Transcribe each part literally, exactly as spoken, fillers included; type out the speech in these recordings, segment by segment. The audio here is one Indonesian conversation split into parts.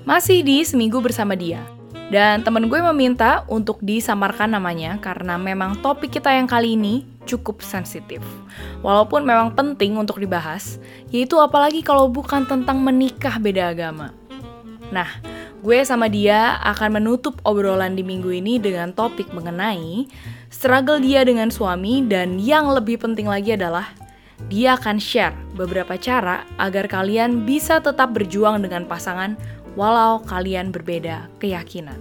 Masih di Seminggu Bersama Dia. Dan temen gue meminta untuk disamarkan namanya karena memang topik kita yang kali ini cukup sensitif. Walaupun memang penting untuk dibahas, yaitu apalagi kalau bukan tentang menikah beda agama. Nah, gue sama dia akan menutup obrolan di minggu ini dengan topik mengenai struggle dia dengan suami, dan yang lebih penting lagi adalah dia akan share beberapa cara agar kalian bisa tetap berjuang dengan pasangan walau kalian berbeda keyakinan.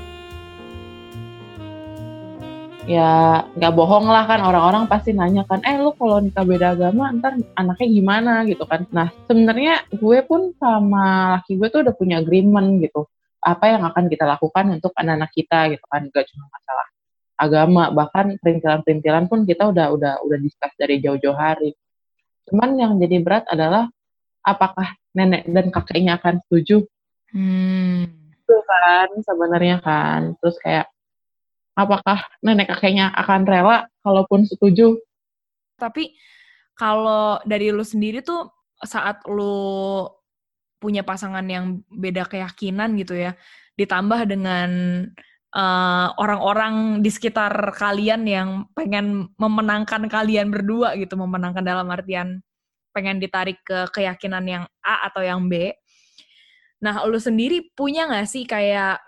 Ya nggak bohong lah kan, orang-orang pasti nanya kan, eh lu kalau nikah beda agama ntar anaknya gimana gitu kan. Nah sebenarnya gue pun sama laki gue tuh udah punya agreement gitu, apa yang akan kita lakukan untuk anak-anak kita gitu kan, gak cuma masalah agama, bahkan perintilan-perintilan pun kita udah udah udah discuss dari jauh-jauh hari. Cuman yang jadi berat adalah apakah nenek dan kakeknya akan setuju. Hmm. Itu kan sebenarnya kan, terus kayak apakah nenek kakeknya akan rela kalaupun setuju. Tapi kalau dari lu sendiri tuh saat lu punya pasangan yang beda keyakinan gitu ya, ditambah dengan uh, orang-orang di sekitar kalian yang pengen memenangkan kalian berdua gitu, memenangkan dalam artian pengen ditarik ke keyakinan yang A atau yang B. Nah, lu sendiri punya nggak sih kayak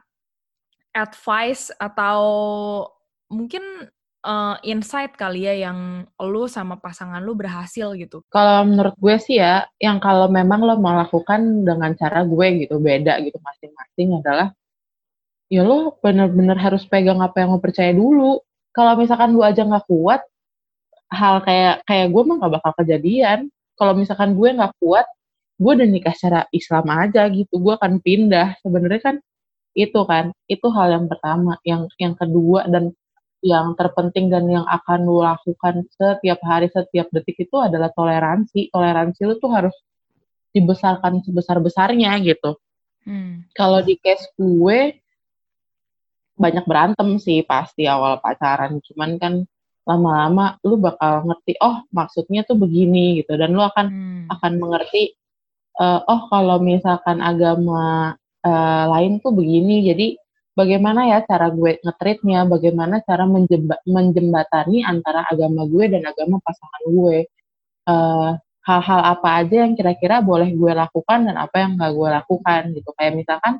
advice atau mungkin uh, insight kali ya yang lu sama pasangan lu berhasil gitu? Kalau menurut gue sih ya, yang kalau memang lo melakukan dengan cara gue gitu, beda gitu masing-masing adalah, ya lo bener-bener harus pegang apa yang lo percaya dulu. Kalau misalkan lu aja nggak kuat, hal kayak kayak gue mah nggak bakal kejadian. Kalau misalkan gue nggak kuat, gue udah nikah secara Islam aja gitu, gue akan pindah. Sebenarnya kan itu kan, itu hal yang pertama. Yang yang kedua dan yang terpenting dan yang akan lu lakukan setiap hari, setiap detik itu adalah toleransi. Toleransi lu tuh harus dibesarkan sebesar-besarnya gitu. Hmm. Kalau di case gue, banyak berantem sih pasti awal pacaran. Cuman kan lama-lama lu bakal ngerti, oh maksudnya tuh begini gitu. Dan lu akan Hmm. akan mengerti, uh, oh kalau misalkan agama uh, lain tuh begini. Jadi bagaimana ya cara gue nge-treatnya, bagaimana cara menjemba- menjembatani antara agama gue dan agama pasangan gue. Uh, hal-hal apa aja yang kira-kira boleh gue lakukan dan apa yang gak gue lakukan gitu. Kayak misalkan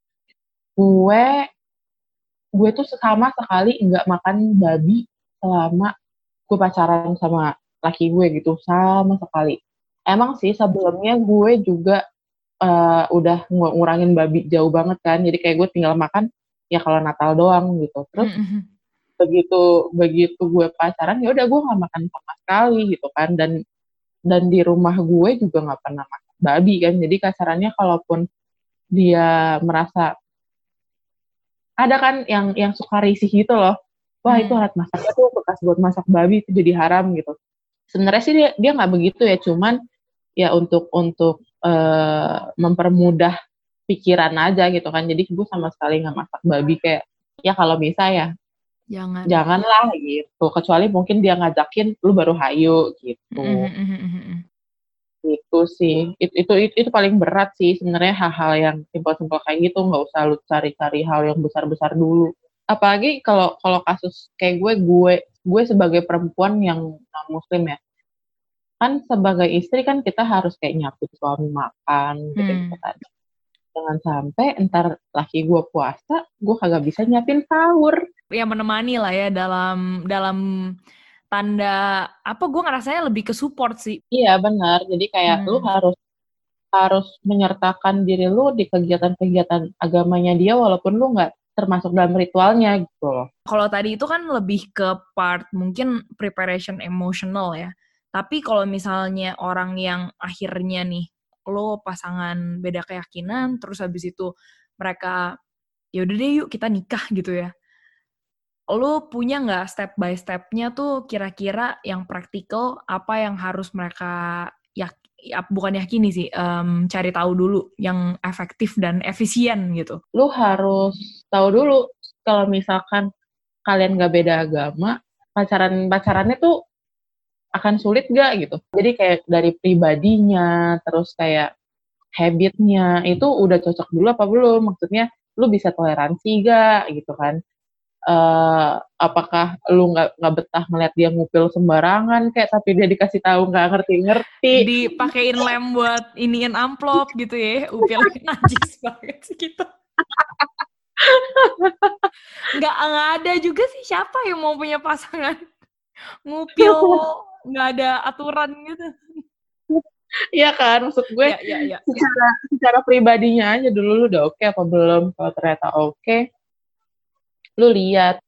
gue gue tuh sama sekali nggak makan babi selama gue pacaran sama laki gue gitu, sama sekali. Emang sih sebelumnya gue juga uh, udah ngurangin babi jauh banget kan, jadi kayak gue tinggal makan ya kalau Natal doang gitu. Terus Mm-hmm. begitu begitu gue pacaran ya udah gue nggak makan sama sekali gitu kan, dan dan di rumah gue juga nggak pernah makan babi kan, jadi kasarannya kalaupun dia merasa ada kan yang yang suka risih gitu loh, wah itu Hmm. alat masaknya tuh bekas buat masak babi itu jadi haram gitu. Sebenarnya sih dia dia nggak begitu ya, cuman ya untuk untuk uh, mempermudah pikiran aja gitu kan. Jadi gue sama sekali nggak masak babi, kayak ya kalau bisa ya Jangan. janganlah gitu, kecuali mungkin dia ngajakin lu baru hayu gitu. Mm-hmm. Itu sih, itu, itu itu itu paling berat sih sebenarnya, hal-hal yang simpel-simpel kayak gitu nggak usah lu cari-cari hal yang besar-besar dulu. Apalagi kalau kalau kasus kayak gue gue gue sebagai perempuan yang non muslim ya, kan sebagai istri kan kita harus kayak nyaput suami makan gitu gitu kan. Jangan sampai entar laki gue puasa, gue kagak bisa nyiapin sahur. Ya menemani lah ya dalam dalam tanda apa, gue ngerasanya lebih ke support sih. Iya benar, jadi kayak Hmm. lu harus harus menyertakan diri lu di kegiatan-kegiatan agamanya dia walaupun lu nggak termasuk dalam ritualnya gitu loh. Kalau tadi itu kan lebih ke part mungkin preparation emotional ya. Tapi kalau misalnya orang yang akhirnya nih, lo pasangan beda keyakinan, terus habis itu mereka, ya udah deh yuk kita nikah gitu ya. Lo punya nggak step by step-nya tuh kira-kira yang praktikal, apa yang harus mereka ya, ya bukan yakini sih, um, cari tahu dulu yang efektif dan efisien gitu. Lu harus tahu dulu kalau misalkan kalian nggak beda agama, pacaran pacarannya tuh akan sulit gak gitu. Jadi kayak dari pribadinya, terus kayak habit-nya itu udah cocok dulu apa belum? Maksudnya lu bisa toleransi gak gitu kan? Eee, apakah lu nggak nggak betah ngeliat dia ngupil sembarangan kayak tapi dia dikasih tahu nggak ngerti-ngerti. Dipakein lem buat iniin amplop gitu ya, upilnya najis banget sih gitu. Nggak nggak ada juga sih siapa yang mau punya pasangan ngupil nggak ada aturan gitu. Iya kan, maksud gue Ya, ya, ya. secara secara pribadinya aja dulu lu udah oke apa belum. Kalau ternyata oke, lu lihat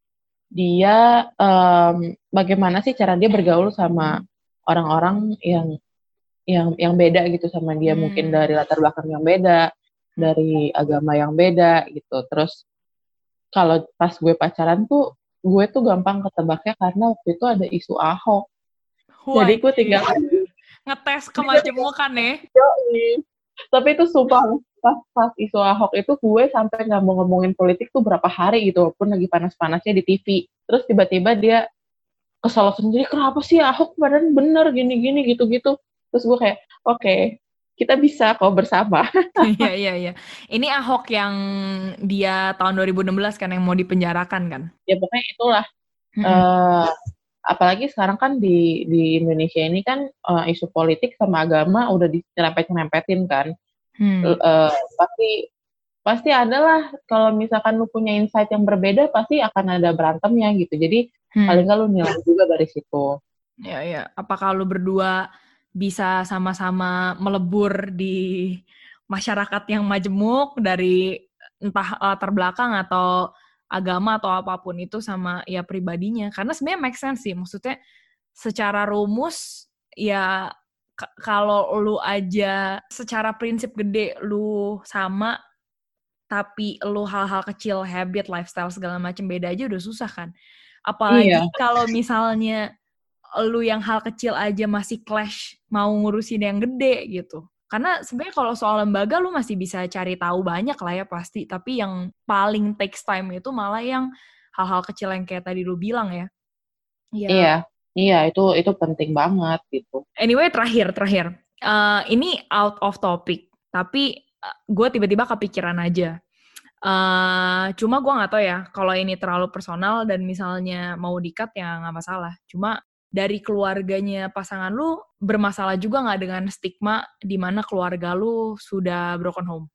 dia um, bagaimana sih cara dia bergaul sama orang-orang yang yang yang beda gitu sama dia, hmm. mungkin dari latar belakang yang beda, dari agama yang beda gitu. Terus kalau pas gue pacaran tuh gue tuh gampang ketebaknya karena waktu itu ada isu Ahok. Wah, jadi gue tinggal ngetes kemajemukan ya. Tapi itu sumpah pas, pas isu Ahok itu gue sampai nggak mau ngomongin politik tuh berapa hari gitu, walaupun lagi panas-panasnya di T V. Terus tiba-tiba dia kesal sendiri, kenapa sih Ahok padahal bener gini-gini gitu-gitu. Terus gue kayak, oke, okay, kita bisa kok bersama. Iya, iya, iya. Ini Ahok yang dia tahun dua ribu enam belas kan yang mau dipenjarakan kan? Ya pokoknya itulah. Mm-hmm. Uh, apalagi sekarang kan di di Indonesia ini kan uh, isu politik sama agama udah diserempet-serempetin kan. Hmm. Uh, pasti pasti adalah kalau misalkan lu punya insight yang berbeda pasti akan ada berantemnya gitu. Jadi hmm. paling nggak lu nilai juga dari situ. Ya, ya. Apakah lu berdua bisa sama-sama melebur di masyarakat yang majemuk dari entah latar belakang atau agama atau apapun itu sama ya pribadinya. Karena sebenarnya make sense sih. Maksudnya secara rumus ya k- kalau lu aja secara prinsip gede lu sama tapi lu hal-hal kecil, habit, lifestyle segala macam beda aja udah susah kan. Apalagi iya. Kalau misalnya lu yang hal kecil aja masih clash mau ngurusin yang gede gitu. Karena sebenarnya kalau soal lembaga lu masih bisa cari tahu banyak lah ya pasti, tapi yang paling takes time itu malah yang hal-hal kecil yang kayak tadi lu bilang ya. Ya. Iya, iya itu itu penting banget gitu. Anyway, terakhir terakhir. Uh, ini out of topic, tapi uh, gue tiba-tiba kepikiran aja. Uh, cuma gue nggak tahu ya kalau ini terlalu personal dan misalnya mau di-cut ya nggak masalah. Cuma dari keluarganya pasangan lu bermasalah juga nggak dengan stigma di mana keluarga lu sudah broken home?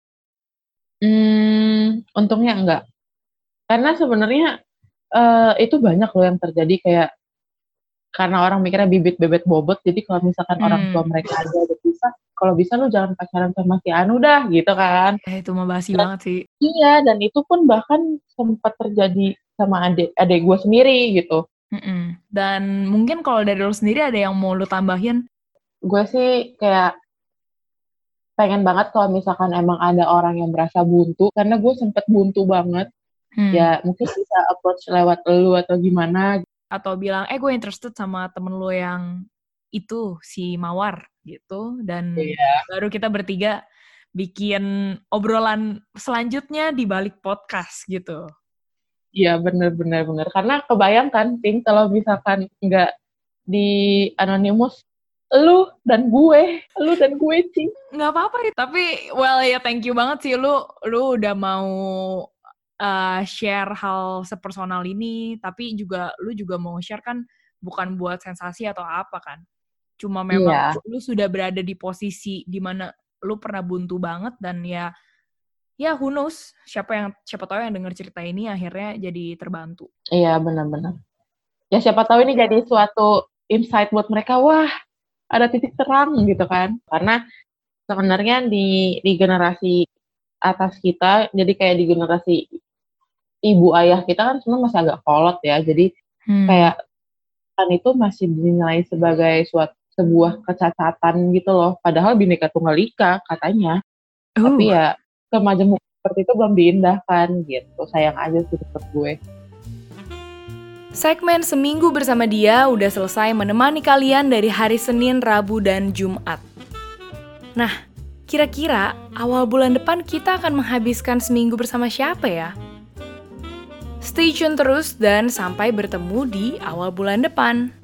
Hmm, untungnya enggak. Karena sebenarnya uh, itu banyak loh yang terjadi kayak karena orang mikirnya bibit bebet bobot. Jadi kalau misalkan hmm. orang tua mereka ada udah bisa, kalau bisa lu jangan pacaran sama si Anu dah gitu kan. Eh, itu mah basi banget sih. Iya, dan itu pun bahkan sempat terjadi sama adik adik gue sendiri gitu. Mm-mm. Dan mungkin kalau dari lu sendiri ada yang mau lu tambahin? Gue sih kayak pengen banget kalau misalkan emang ada orang yang merasa buntu, karena gue sempet buntu banget. Hmm. Ya mungkin bisa approach lewat lu atau gimana. Atau bilang, eh gue interested sama temen lu yang itu, si Mawar gitu. Dan yeah. baru kita bertiga bikin obrolan selanjutnya di balik podcast gitu. Iya bener-bener bener. Karena kebayangkan Ting kalau misalkan nggak di Anonymous, lu dan gue, lu dan gue sih. Nggak apa-apa ya. Tapi well ya thank you banget sih lu, lu udah mau uh, share hal sepersonal ini. Tapi juga lu juga mau share kan bukan buat sensasi atau apa kan. Cuma memang yeah. lu sudah berada di posisi dimana lu pernah buntu banget dan ya ya who knows, siapa yang siapa tahu yang dengar cerita ini akhirnya jadi terbantu. Iya benar-benar. Ya siapa tahu ini jadi suatu insight buat mereka, wah ada titik terang gitu kan. Karena sebenarnya di di generasi atas kita, jadi kayak di generasi ibu ayah kita kan semua masih agak kolot ya. Jadi hmm. kayak kan itu masih dinilai sebagai suatu sebuah kecacatan gitu loh. Padahal Bhinneka Tunggal Ika katanya. Uh. Tapi ya kemajemuk seperti itu belum diindahkan gitu. Sayang aja sih menurut gue. Segmen Seminggu Bersama Dia udah selesai menemani kalian dari hari Senin, Rabu, dan Jumat. Nah, kira-kira awal bulan depan kita akan menghabiskan seminggu bersama siapa ya? Stay tune terus dan sampai bertemu di awal bulan depan.